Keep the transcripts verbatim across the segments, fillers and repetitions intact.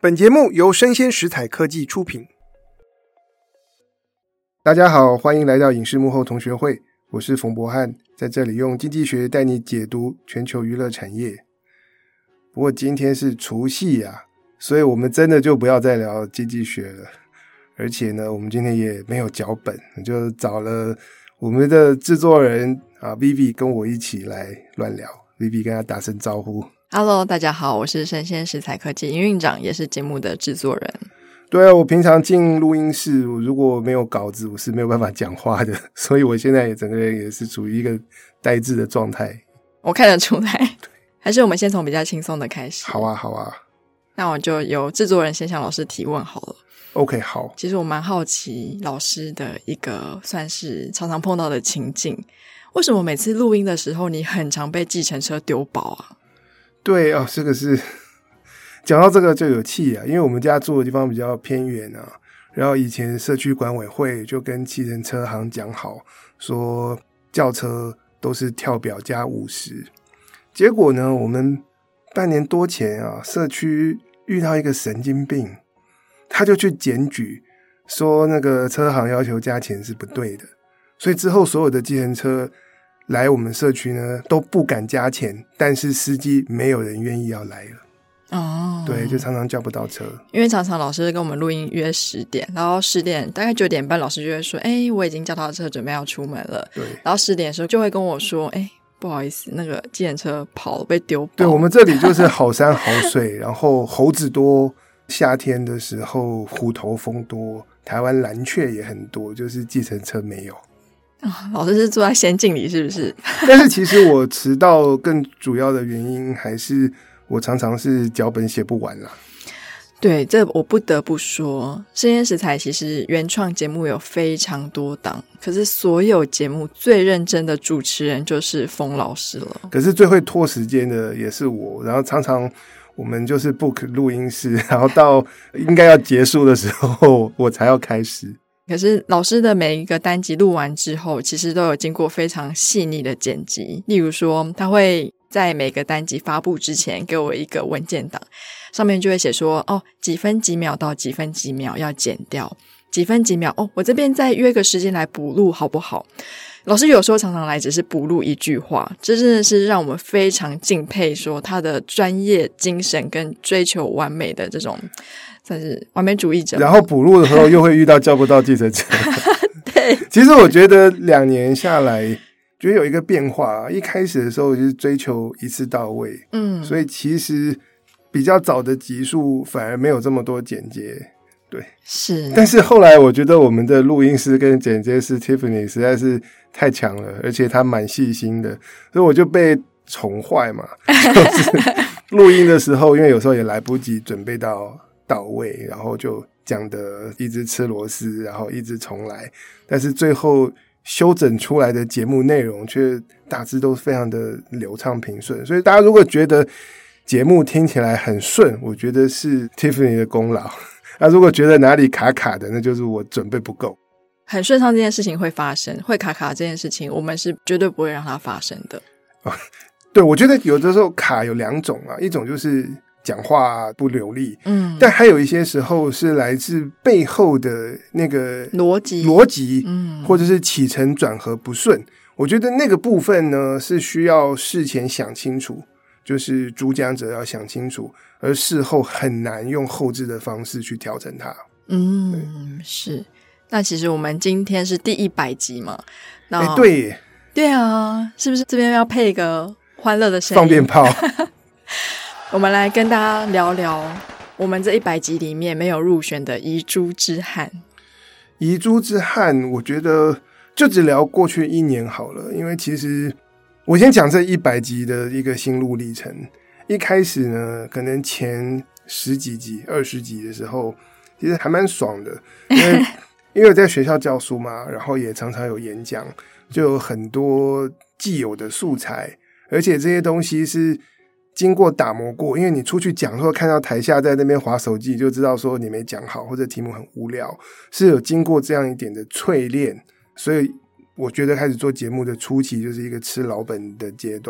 本节目由生鲜食材科技出品。大家好，欢迎来到影视幕后同学会，我是冯博翰，在这里用经济学带你解读全球娱乐产业。不过今天是除夕啊，所以我们真的就不要再聊经济学了。而且呢，我们今天也没有脚本，就找了我们的制作人啊 Vivi 跟我一起来乱聊。Vivi 跟他打声招呼。 Hello， 大家好，我是生鲜食材科技营运长，也是节目的制作人。 对啊，我平常进录音室，我如果没有稿子，我是没有办法讲话的，所以我现在整个人也是处于一个呆滞的状态。 我看得出来。还是我们先从比较轻松的开始。 好啊，好啊。 那我就由制作人先向老师提问好了。 OK， 好。 其实我蛮好奇老师的一个算是常常碰到的情境，为什么每次录音的时候你很常被计程车丢包啊？ 对啊，这个是讲到这个就有气啊，因为我们家住的地方比较偏远啊，然后以前社区管委会就跟计程车行讲好，说叫车都是跳表加五十。结果呢，我们半年多前啊，社区遇到一个神经病，他就去检举说那个车行要求加钱是不对的，所以之后所有的计程车来我们社区呢都不敢加钱，但是司机没有人愿意要来了。哦，对，就常常叫不到车。 因为常常老师跟我们录音约十点，然后十点大概九点半老师就会说，诶我已经叫到车准备要出门了。对，然后十点的时候就会跟我说，诶不好意思，那个计程车跑了被丢包。 对，我们这里就是好山好水然后猴子多，夏天的时候虎头蜂多，台湾蓝雀也很多，就是计程车没有。 哦、老师是住在仙境里是不是？ 但是其实我迟到更主要的原因还是我常常是脚本写不完啦。 对，这我不得不说，生鲜食材其实原创节目有非常多档，可是所有节目最认真的主持人就是冯老师了。 可是最会拖时间的也是我，然后常常我们就是 book 录音室，然后到应该要结束的时候我才要开始。 可是老师的每一个单集录完之后，其实都有经过非常细腻的剪辑。例如说，他会在每个单集发布之前给我一个文件档，上面就会写说，哦，几分几秒到几分几秒要剪掉，几分几秒，哦，我这边再约个时间来补录好不好？老师有时候常常来只是补录一句话，这真的是让我们非常敬佩，说他的专业精神跟追求完美的这种算是完美主义者。 然后补录的时候又会遇到叫不到计程车。 对， 其实我觉得两年下来觉得有一个变化，一开始的时候就是追求一次到位，嗯，所以其实比较早的集数反而没有这么多剪接。对， 是。 但是后来我觉得我们的录音师跟剪接师 Tiffany 实在是太强了，而且他蛮细心的，所以我就被宠坏嘛。就是录音的时候，因为有时候也来不及准备到到位，然后就讲的一直吃螺丝，然后一直重来，但是最后修整出来的节目内容却大致都非常的流畅平顺。所以大家如果觉得节目听起来很顺，我觉得是 Tiffany 的功劳。那、啊、如果觉得哪里卡卡的，那就是我准备不够。 很顺畅这件事情会发生，会卡卡这件事情我们是绝对不会让它发生的。 哦、对，我觉得有的时候卡有两种啊，一种就是讲话不流利，嗯，但还有一些时候是来自背后的那个逻辑逻辑，嗯，或者是起承转合不顺。我觉得那个部分呢是需要事前想清楚，就是主讲者要想清楚，而事后很难用后制的方式去调整它。 嗯，是。那其实我们今天是第一百集嘛？那、 欸、对耶， 对啊，是不是这边要配一个欢乐的声音？ 放鞭炮。 我们来跟大家聊聊我们这一百集里面没有入选的遗珠之憾。 遗珠之憾，我觉得就只聊过去一年好了，因为其实我先讲这一百集的一个心路历程。一开始呢，可能前十几集、二十集的时候，其实还蛮爽的，因为因为我在学校教书嘛，然后也常常有演讲，就有很多既有的素材，而且这些东西是经过打磨过，因为你出去讲说看到台下在那边滑手机，就知道说你没讲好，或者题目很无聊，是有经过这样一点的淬炼。所以我觉得开始做节目的初期就是一个吃老本的阶段。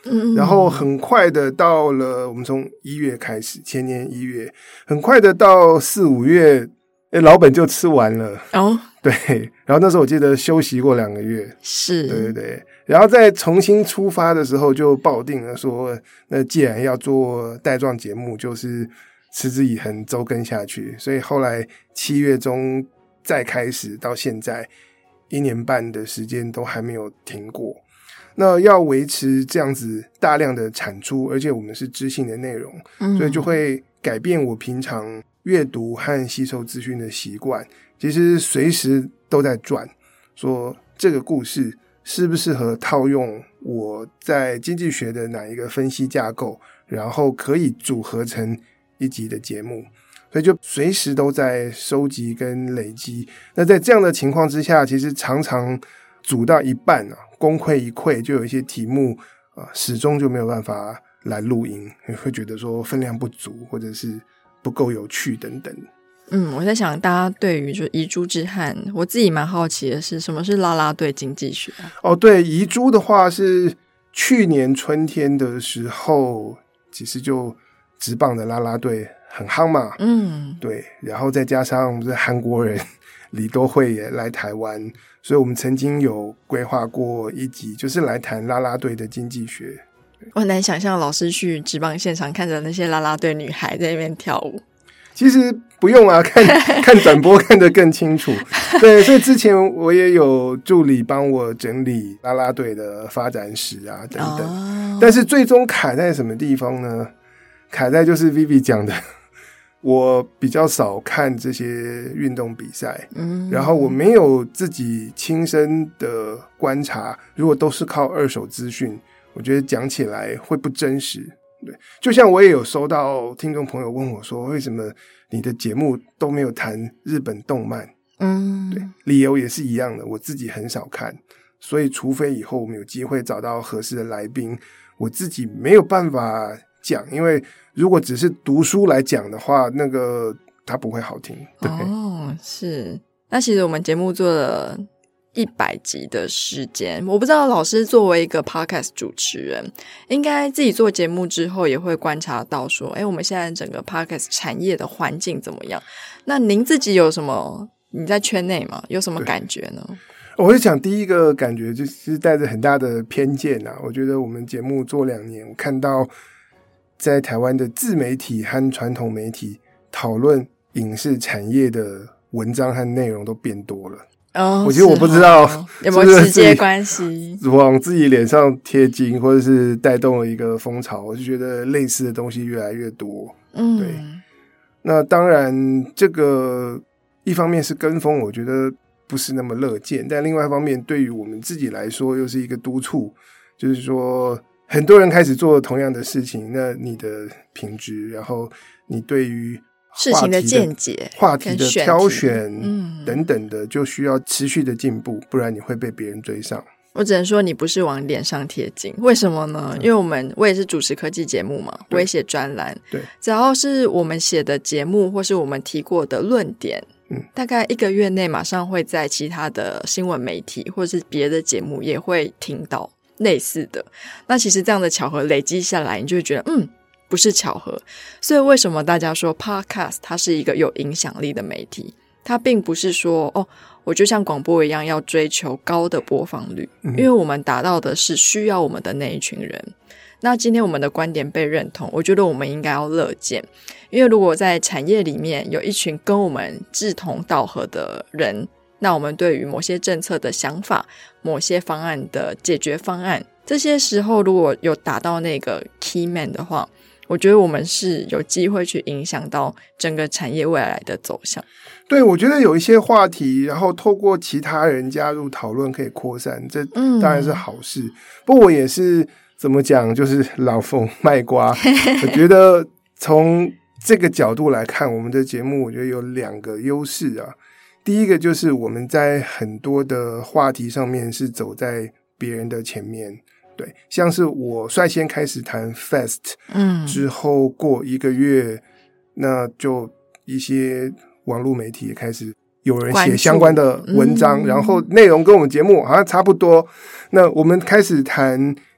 嗯， 然后很快的到了我们从一月开始，前年一月，很快的到四五月，诶老本就吃完了哦， 对，然后那时候我记得休息过两个月， 是， 对对对，然后再重新出发的时候就抱定了说，那既然要做带状节目，就是持之以恒周更下去，所以后来七月中再开始到现在一年半的时间都还没有停过。那要维持这样子大量的产出，而且我们是知性的内容， 嗯， 所以就会改变我平常阅读和吸收资讯的习惯。其实随时都在转，说这个故事适不适合套用我在经济学的哪一个分析架构，然后可以组合成一集的节目，所以就随时都在收集跟累积。那在这样的情况之下，其实常常组到一半啊，功亏一篑，就有一些题目啊，始终就没有办法来录音，会觉得说分量不足，或者是不够有趣等等。 嗯，我在想大家对于就遗珠之憾，我自己蛮好奇的是什么是啦啦队经济学啊？ 哦，对，遗珠的话是去年春天的时候，其实就职棒的啦啦队很夯嘛， 嗯， 对，然后再加上我们是韩国人李多惠也来台湾，所以我们曾经有规划过一集，就是来谈啦啦队的经济学。 我很难想象老师去职棒现场看着那些啦啦队女孩在那边跳舞。 其实不用啊，看看转播看得更清楚。对，所以之前我也有助理帮我整理啦啦队的发展史啊等等。哦，但是最终卡在什么地方呢？卡在就是 Vivi 讲的，我比较少看这些运动比赛，嗯，然后我没有自己亲身的观察，如果都是靠二手资讯，我觉得讲起来会不真实。对，就像我也有收到听众朋友问我说，为什么你的节目都没有谈日本动漫？嗯，对，理由也是一样的，我自己很少看，所以除非以后我们有机会找到合适的来宾，我自己没有办法讲，因为如果只是读书来讲的话，那个它不会好听。对， 哦，是。那其实我们节目做了一百集的时间，我不知道老师作为一个 podcast 主持人，应该自己做节目之后也会观察到说，诶，我们现在整个 podcast 产业的环境怎么样？那您自己有什么，你在圈内嘛，有什么感觉呢？ 我会讲第一个感觉就是带着很大的偏见啊，我觉得我们节目做两年，我看到在台湾的自媒体和传统媒体讨论影视产业的文章和内容都变多了。哦，我其实我不知道有没有直接关系， 往自己脸上贴金，或者是带动了一个风潮，我就觉得类似的东西越来越多。嗯，对。那当然，这个一方面是跟风，我觉得不是那么乐见，但另外一方面，对于我们自己来说，又是一个督促，就是说，很多人开始做同样的事情，那你的品质，然后你对于事情的见解、 话题的挑选等等的，就需要持续的进步，不然你会被别人追上。 我只能说你不是往脸上贴金，为什么呢？嗯，因为我们我也是主持科技节目嘛，我也写专栏，对，只要是我们写的节目或是我们提过的论点，嗯，大概一个月内马上会在其他的新闻媒体或是别的节目也会听到类似的。那其实这样的巧合累积下来，你就会觉得嗯。不是巧合，所以为什么大家说 podcast 它是一个有影响力的媒体？它并不是说哦，我就像广播一样要追求高的播放率，嗯，因为我们达到的是需要我们的那一群人。那今天我们的观点被认同，我觉得我们应该要乐见，因为如果在产业里面有一群跟我们志同道合的人，那我们对于某些政策的想法、某些方案的解决方案，这些时候如果有达到那个 key man 的话，我觉得我们是有机会去影响到整个产业未来的走向。 对，我觉得有一些话题，然后透过其他人加入讨论可以扩散，这当然是好事。嗯，不过我也是怎么讲，就是老凤卖瓜。我觉得从这个角度来看，我们的节目我觉得有两个优势啊。第一个就是我们在很多的话题上面是走在别人的前面。对，像是我率先开始谈 Fast， 嗯，之后过一个月，那就一些网络媒体也开始有人写相关的文章，嗯，然后内容跟我们节目好像差不多。那我们开始谈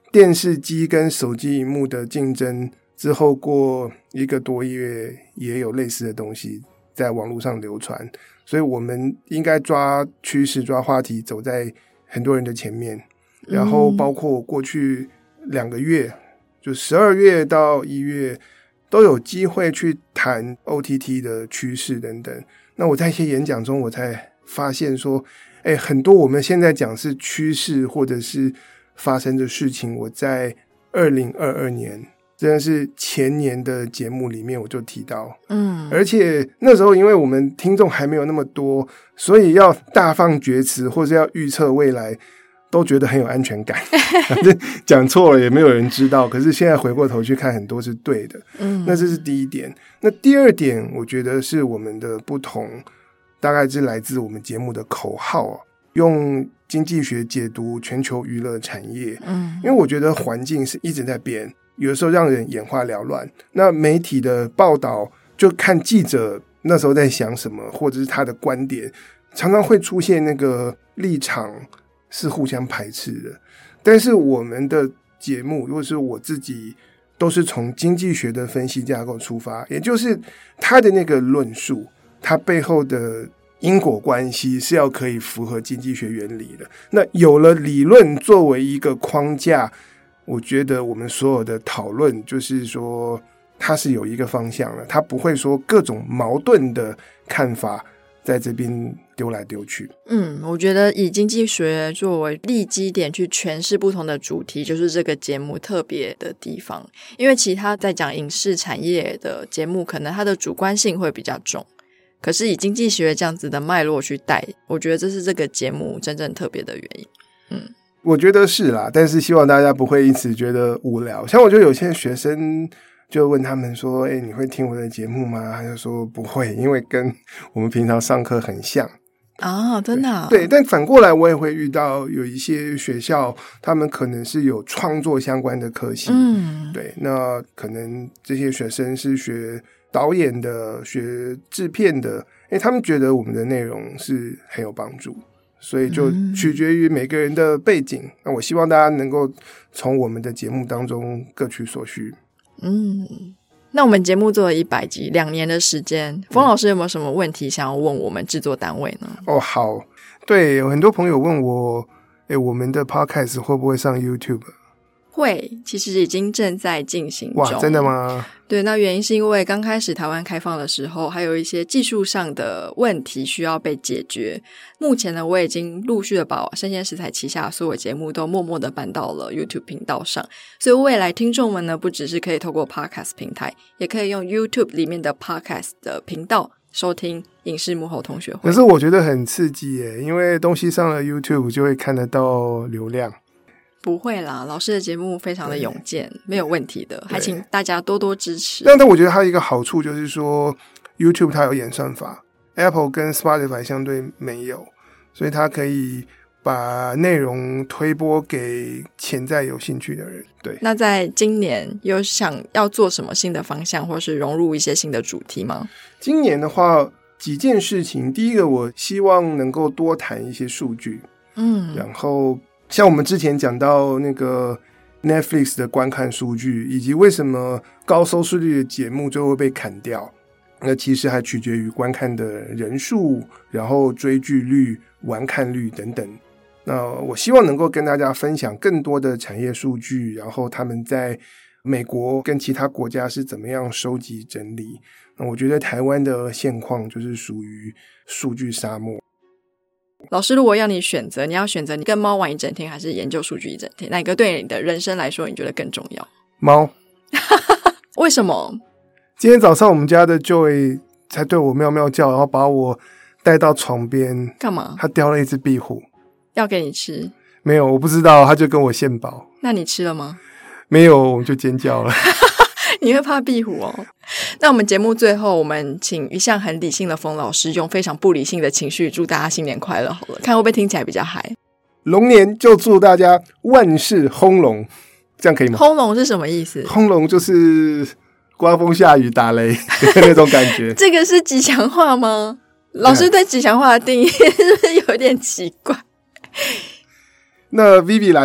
电视机跟手机萤幕的竞争之后，过一个多月也有类似的东西在网络上流传，所以我们应该抓趋势、抓话题，走在很多人的前面。然后包括过去两个月，就十二月到一月都有机会去谈 O T T 的趋势等等。那我在一些演讲中，我才发现说，哎，很多我们现在讲是趋势或者是发生的事情，我在二零二二年真的是前年的节目里面我就提到，嗯，而且那时候因为我们听众还没有那么多，所以要大放厥词或者要预测未来都觉得很有安全感，反正讲错了也没有人知道。可是现在回过头去看，很多是对的，嗯，那这是第一点。那第二点，我觉得是我们的不同，大概是来自我们节目的口号啊，用经济学解读全球娱乐产业，嗯，因为我觉得环境是一直在变，有的时候让人眼花缭乱。那媒体的报道，就看记者那时候在想什么，或者是他的观点，常常会出现那个立场是互相排斥的。但是我们的节目，如果是我自己，都是从经济学的分析架构出发，也就是他的那个论述，他背后的因果关系是要可以符合经济学原理的。那有了理论作为一个框架，我觉得我们所有的讨论就是说它是有一个方向的，它不会说各种矛盾的看法在这边丢来丢去。 嗯，我觉得以经济学作为立基点去诠释不同的主题，就是这个节目特别的地方。因为其他在讲影视产业的节目，可能它的主观性会比较重，可是以经济学这样子的脉络去带，我觉得这是这个节目真正特别的原因。嗯， 我觉得是啦，但是希望大家不会因此觉得无聊。像我觉得有些学生就问他们说，哎、欸，你会听我的节目吗？他就说不会，因为跟我们平常上课很像。 啊，真的、啊？ 对，但反过来我也会遇到有一些学校，他们可能是有创作相关的科系，嗯，对，那可能这些学生是学导演的、学制片的，诶，他们觉得我们的内容是很有帮助，所以就取决于每个人的背景。嗯、那我希望大家能够从我们的节目当中各取所需。 嗯。那我们节目做了一百集，两年的时间，冯老师有没有什么问题想要问我们制作单位呢？ 哦，好，对，有很多朋友问我，诶，我们的 podcast 会不会上 YouTube？ 会，其实已经正在进行中。 哇，真的吗？ 对，那原因是因为刚开始台湾开放的时候，还有一些技术上的问题需要被解决。目前呢，我已经陆续的把生鲜食材旗下所有节目都默默的搬到了 YouTube 频道上，所以未来听众们呢，不只是可以透过 Podcast 平台，也可以用 YouTube 里面的 Podcast 的频道收听影视幕后同学会。 可是我觉得很刺激耶，因为东西上了 YouTube 就会看得到流量。 不会啦，老师的节目非常的勇健，没有问题的，还请大家多多支持。 但但我觉得它一个好处就是说 YouTube 它有演算法， Apple 跟 Spotify 相对没有，所以它可以把内容推播给潜在有兴趣的人。对， 那在今年有想要做什么新的方向，或是融入一些新的主题吗？ 今年的话几件事情，第一个我希望能够多谈一些数据，嗯，然后像我们之前讲到那个 Netflix 的观看数据，以及为什么高收视率的节目最后会被砍掉，那其实还取决于观看的人数，然后追剧率、完看率等等。那我希望能够跟大家分享更多的产业数据，然后他们在美国跟其他国家是怎么样收集整理。那我觉得台湾的现况就是属于数据沙漠。 老师，如果要你选择，你要选择你跟猫玩一整天还是研究数据一整天，哪个对你的人生来说你觉得更重要？ 猫。 为什么？ 今天早上我们家的 Joy 才对我喵喵叫，然后把我带到床边。 干嘛？ 他叼了一只壁虎要给你吃。 没有，我不知道，他就跟我献宝。 那你吃了吗？ 没有，我们就尖叫了。 你会怕壁虎哦？那我们节目最后，我们请一向很理性的冯老师用非常不理性的情绪祝大家新年快乐好了，看会不会听起来比较嗨。 龙年就祝大家万事轰隆，这样可以吗？ 轰隆是什么意思？ 轰隆就是刮风下雨打雷那种感觉。 这个是吉祥话吗？老师对吉祥话的定义是不是有点奇怪？ 那 Vivi 来吧。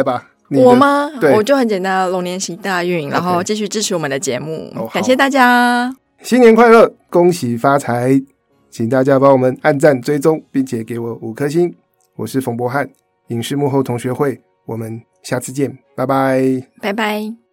我吗？ 对， 我就很简单，龙年行大运，然后继续支持我们的节目， okay. 感谢大家， 新年快乐，恭喜发财，请大家帮我们按赞追踪，并且给我五颗星。我是冯博翰，影视幕后同学会，我们下次见，拜拜， 拜拜。